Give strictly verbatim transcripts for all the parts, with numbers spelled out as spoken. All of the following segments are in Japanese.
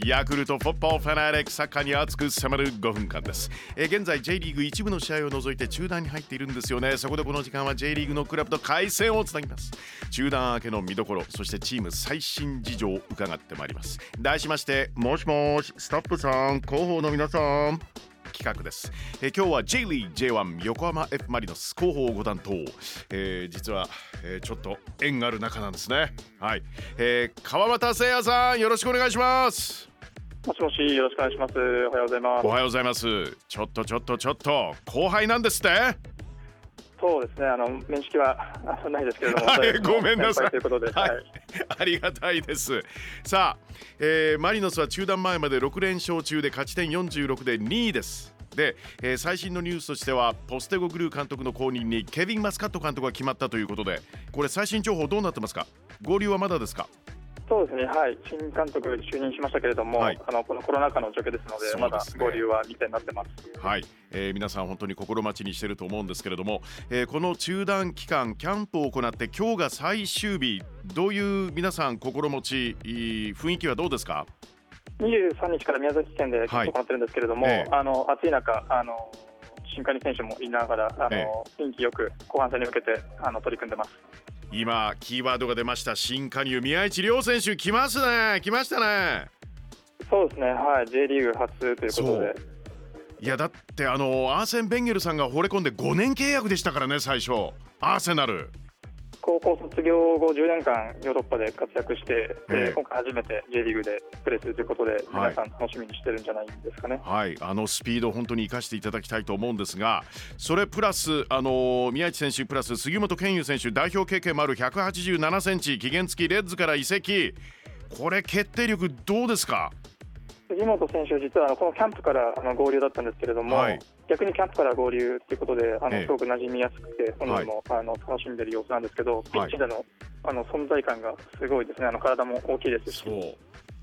ヤクルトフォッポーファナリックサッカーに熱く迫るごふんかんです。え現在 J リーグ一部の試合を除いて中断に入っているんですよね。そこでこの時間は J リーグのクラブと回線をつなぎます。中断明けの見どころ、そしてチーム最新事情を伺ってまいります。題しまして、もしもしスタッフさん、広報の皆さん企画です。え今日は J リーグ ジェイワン 横浜 F マリノス広報ご担当、えー、実は、えー、ちょっと縁がある仲なんですね。はい、えー、川又誠也さん、よろしくお願いします。 もしもし、よろしくお願いします。おはようございます。 おはようございます。ちょっとちょっとちょっと後輩なんですって。 そうですね、あの面識はないですけれども、 はい、ごめんなさいということで、はい、 はい、ありがたいです。さあ、えー、マリノスは中断前までろくれん勝中で勝ち点よんじゅうろくでにいです。で、えー、最新のニュースとしてはポステゴグルー監督の後任にケビン・マスカット監督が決まったということで、これ最新情報どうなってますか？合流はまだですか？ そうですね、はい、新監督就任しましたけれども、はい、あのこのコロナ禍の状況ですの で, で、ね、まだ合流は未定になってます。 はい、えー、皆さん本当に心待ちにしていると思うんですけれども、えー、この中断期間キャンプを行って今日が最終日、どういう皆さん心持ち、雰囲気はどうですか？ にじゅうさんにちから宮崎県でキャンプを行ってるんですけれども、はい、えー、あの暑い中、あの新加入選手もいながら、あの、えー、雰囲気よく後半戦に向けてあの取り組んでます。 今キーワードが出ました。新加入宮市亮選手来ますね。来ましたね。 そうですね、はい、J リーグ初ということで。 いやだってあのアーセン・ベンゲルさんが惚れ込んでごねん契約でしたからね、最初アーセナル。 高校卒業後じゅうねんかんヨーロッパで活躍して、えー、今回初めて J リーグでプレーするということで、はい、皆さん楽しみにしてるんじゃないですかね。 はい、あのスピード本当に生かしていただきたいと思うんですが、それプラスあの宮市選手プラス杉本健佑選手、代表経験もあるひゃくはちじゅうななセンチ、期限付きレッズから移籍、これ決定力どうですか？ 杉本選手は実はこのキャンプからあの合流だったんですけれども、はい、逆にキャンプから合流ということであの、ええ、すごく馴染みやすくて本人も、はい、あの楽しんでいる様子なんですけど、ピッチでの、あの存在感がすごいですね。あの体も大きいですし、 そう、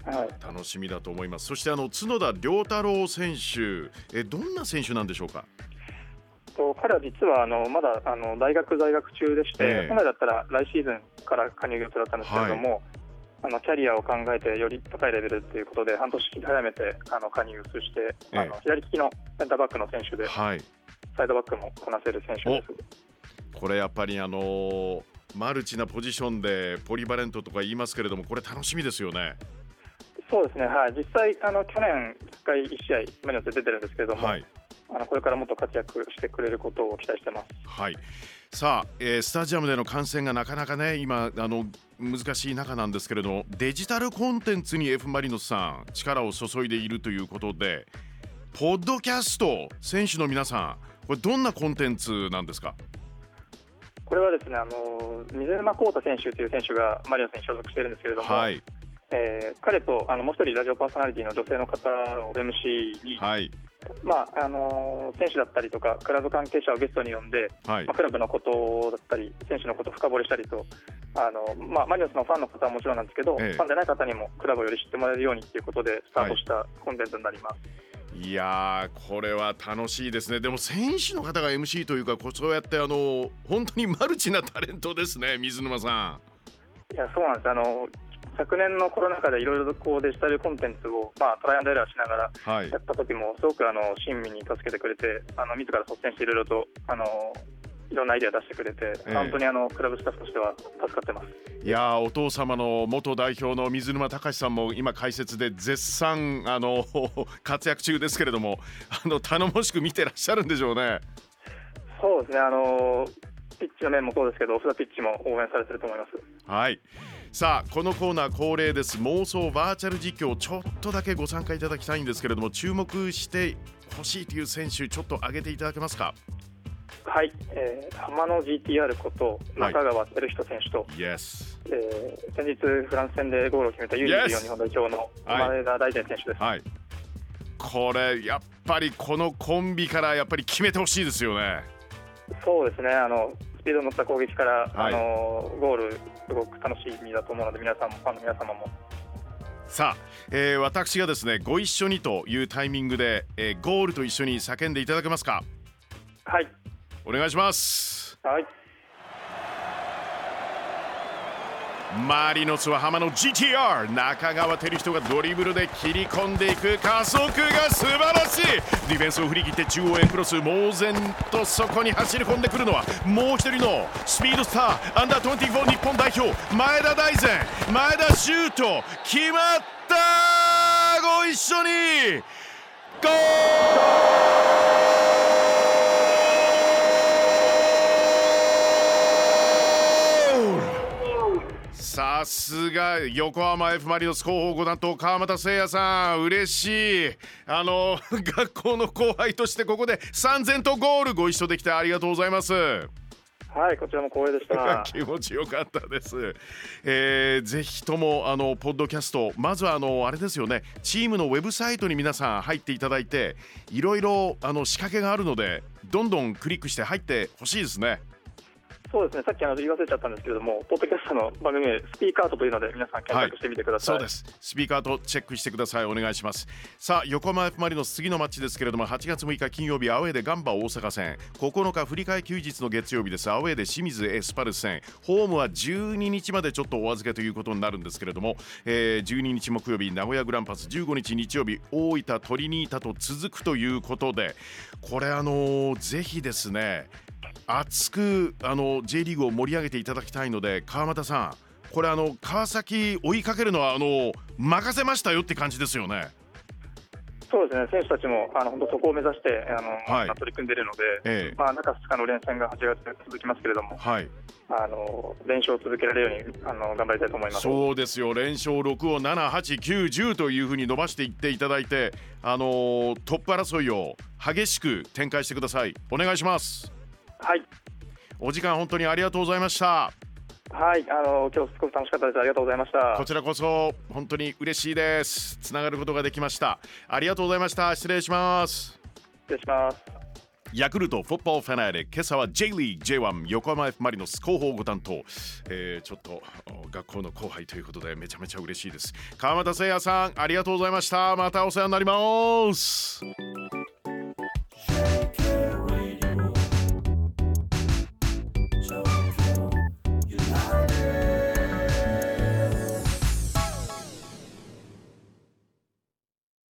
はい、楽しみだと思います。そしてあの角田良太郎選手、えどんな選手なんでしょうか？ と彼は実はあのまだあの大学在学中でして、ええ、本来だったら来シーズンから加入予定だったんですけれども、はい、あのキャリアを考えてより高いレベルということで半年早めてあの加入そして、ええ、あの左利きのセンターバックの選手で、はい、サイドバックもこなせる選手です。 これやっぱりあのー、マルチなポジションでポリバレントとか言いますけれども、これ楽しみですよね。 そうですね、はい、実際あの去年いっかいいち試合マリノスで出てるんですけれども、はい、あのこれからもっと活躍してくれることを期待してます。 はい、さあ、えー、スタジアムでの観戦がなかなかね今あの難しい中なんですけれども、デジタルコンテンツに F マリノスさん力を注いでいるということで、ポッドキャスト選手の皆さん、これどんなコンテンツなんですか？ これはですね、あの水沼宏太選手という選手がマリノスに所属しているんですけれども、はい、えー、彼とあのもう一人ラジオパーソナリティの女性の方を エムシー に、はい、まああのー、選手だったりとかクラブ関係者をゲストに呼んで、はい、まあ、クラブのことだったり選手のことを深掘りしたりと、あの、まあ、マリノスのファンの方はもちろんなんですけど、ええ、ファンでない方にもクラブをより知ってもらえるようにということでスタートしたコンテンツになります。 はい、いやーこれは楽しいですね。でも選手の方が エムシー というか、そうやってあの本当にマルチなタレントですね、水沼さん。いやそうなんです。あの昨年のコロナ禍でいろいろとこうデジタルコンテンツを、まあ、トライアンドエラーしながらやった時も、はい、すごくあの親身に助けてくれて、あの自ら率先していろいろとあのいろんなアイデア出してくれて、えー、本当にあのクラブスタッフとしては助かってます。 いやお父様の元代表の水沼隆さんも今解説で絶賛あの活躍中ですけれども、あの頼もしく見てらっしゃるんでしょうね。 そうですね、あのピッチの面もそうですけどオフ・ザ・ピッチも応援されてると思います。 はい、さあこのコーナー恒例です。妄想バーチャル実況、ちょっとだけご参加いただきたいんですけれども、注目してほしいという選手ちょっと挙げていただけますか？ はい、えー、浜野 ジーティーアール こと中川輝人選手と、 はい、yes. えー、先日フランス戦でゴールを決めた ユーにじゅうよん 日本代表の前田大然選手です。はいはい、 これやっぱりこのコンビからやっぱり決めてほしいですよね。 そうですね、あのスピードに乗った攻撃から、はい、あのゴールすごく楽しみだと思うので、皆さんもファンの皆様もさあ、えー、私がですねご一緒にというタイミングで、えー、ゴールと一緒に叫んでいただけますか？ はい、 お願いします。 はい、 マリノスは浜の ジーティーアール 中川照人がドリブルで切り込んでいく加速が素晴らしい。ディフェンスを振り切って中央へクロス、猛然とそこに走り込んでくるのはもう一人のスピードスター、アンダーにじゅうよん日本代表前田大然。前田シュート決まった。ご一緒にゴール。さすが横浜 F マリノス広報ご担当川又誠也さん、嬉しい。あの学校の後輩としてここでさんぜんとゴールご一緒できてありがとうございます。 はい、こちらも光栄でした。 気持ちよかったです。えー、ぜひともあのポッドキャスト、まずはあのあれですよね、チームのウェブサイトに皆さん入っていただいて、いろいろあの仕掛けがあるのでどんどんクリックして入ってほしいですね。 そうですね、さっきあの言い忘れちゃったんですけれども、ポッドキャストの番組名スピーカートというので皆さん検索してみてください。 はい、そうです。スピーカートチェックしてください。お願いします。さあ横浜 F マリノス次のマッチですけれども、はちがつむいか金曜日アウェーでガンバ大阪戦、ここのか振り替え休日の月曜日です。アウェーで清水エスパルス戦、ホームはじゅうににちまでちょっとお預けということになるんですけれども、えー、じゅうににち木曜日名古屋グランパス、じゅうごにち日曜日大分トリニータと続くということで、これあのー、ぜひですね熱くあの J リーグを盛り上げていただきたいので、川又さん、これあの川崎追いかけるのはあの任せましたよって感じですよね。 そうですね、選手たちもあの本当そこを目指してあの、はい、取り組んでいるので、ええまあ、中ふつかの連戦がはちがつ続きますけれども、はい、あの連勝を続けられるようにあの頑張りたいと思います。 そうですよ、連勝ろくをなな、はち、きゅう、じゅうというふうに伸ばしていっていただいて、あのトップ争いを激しく展開してください。お願いします。はい、お時間本当にありがとうございました。 はい、あの今日すごく楽しかったです。ありがとうございました。 こちらこそ本当に嬉しいです。つながることができました。ありがとうございました。失礼します。 失礼します。 ヤクルトフォットボールファナリック、今朝は J リーグ ジェイワン 横浜 F マリノス広報ご担当、えー、ちょっと学校の後輩ということでめちゃめちゃ嬉しいです。川又誠也さん、ありがとうございました。またお世話になります。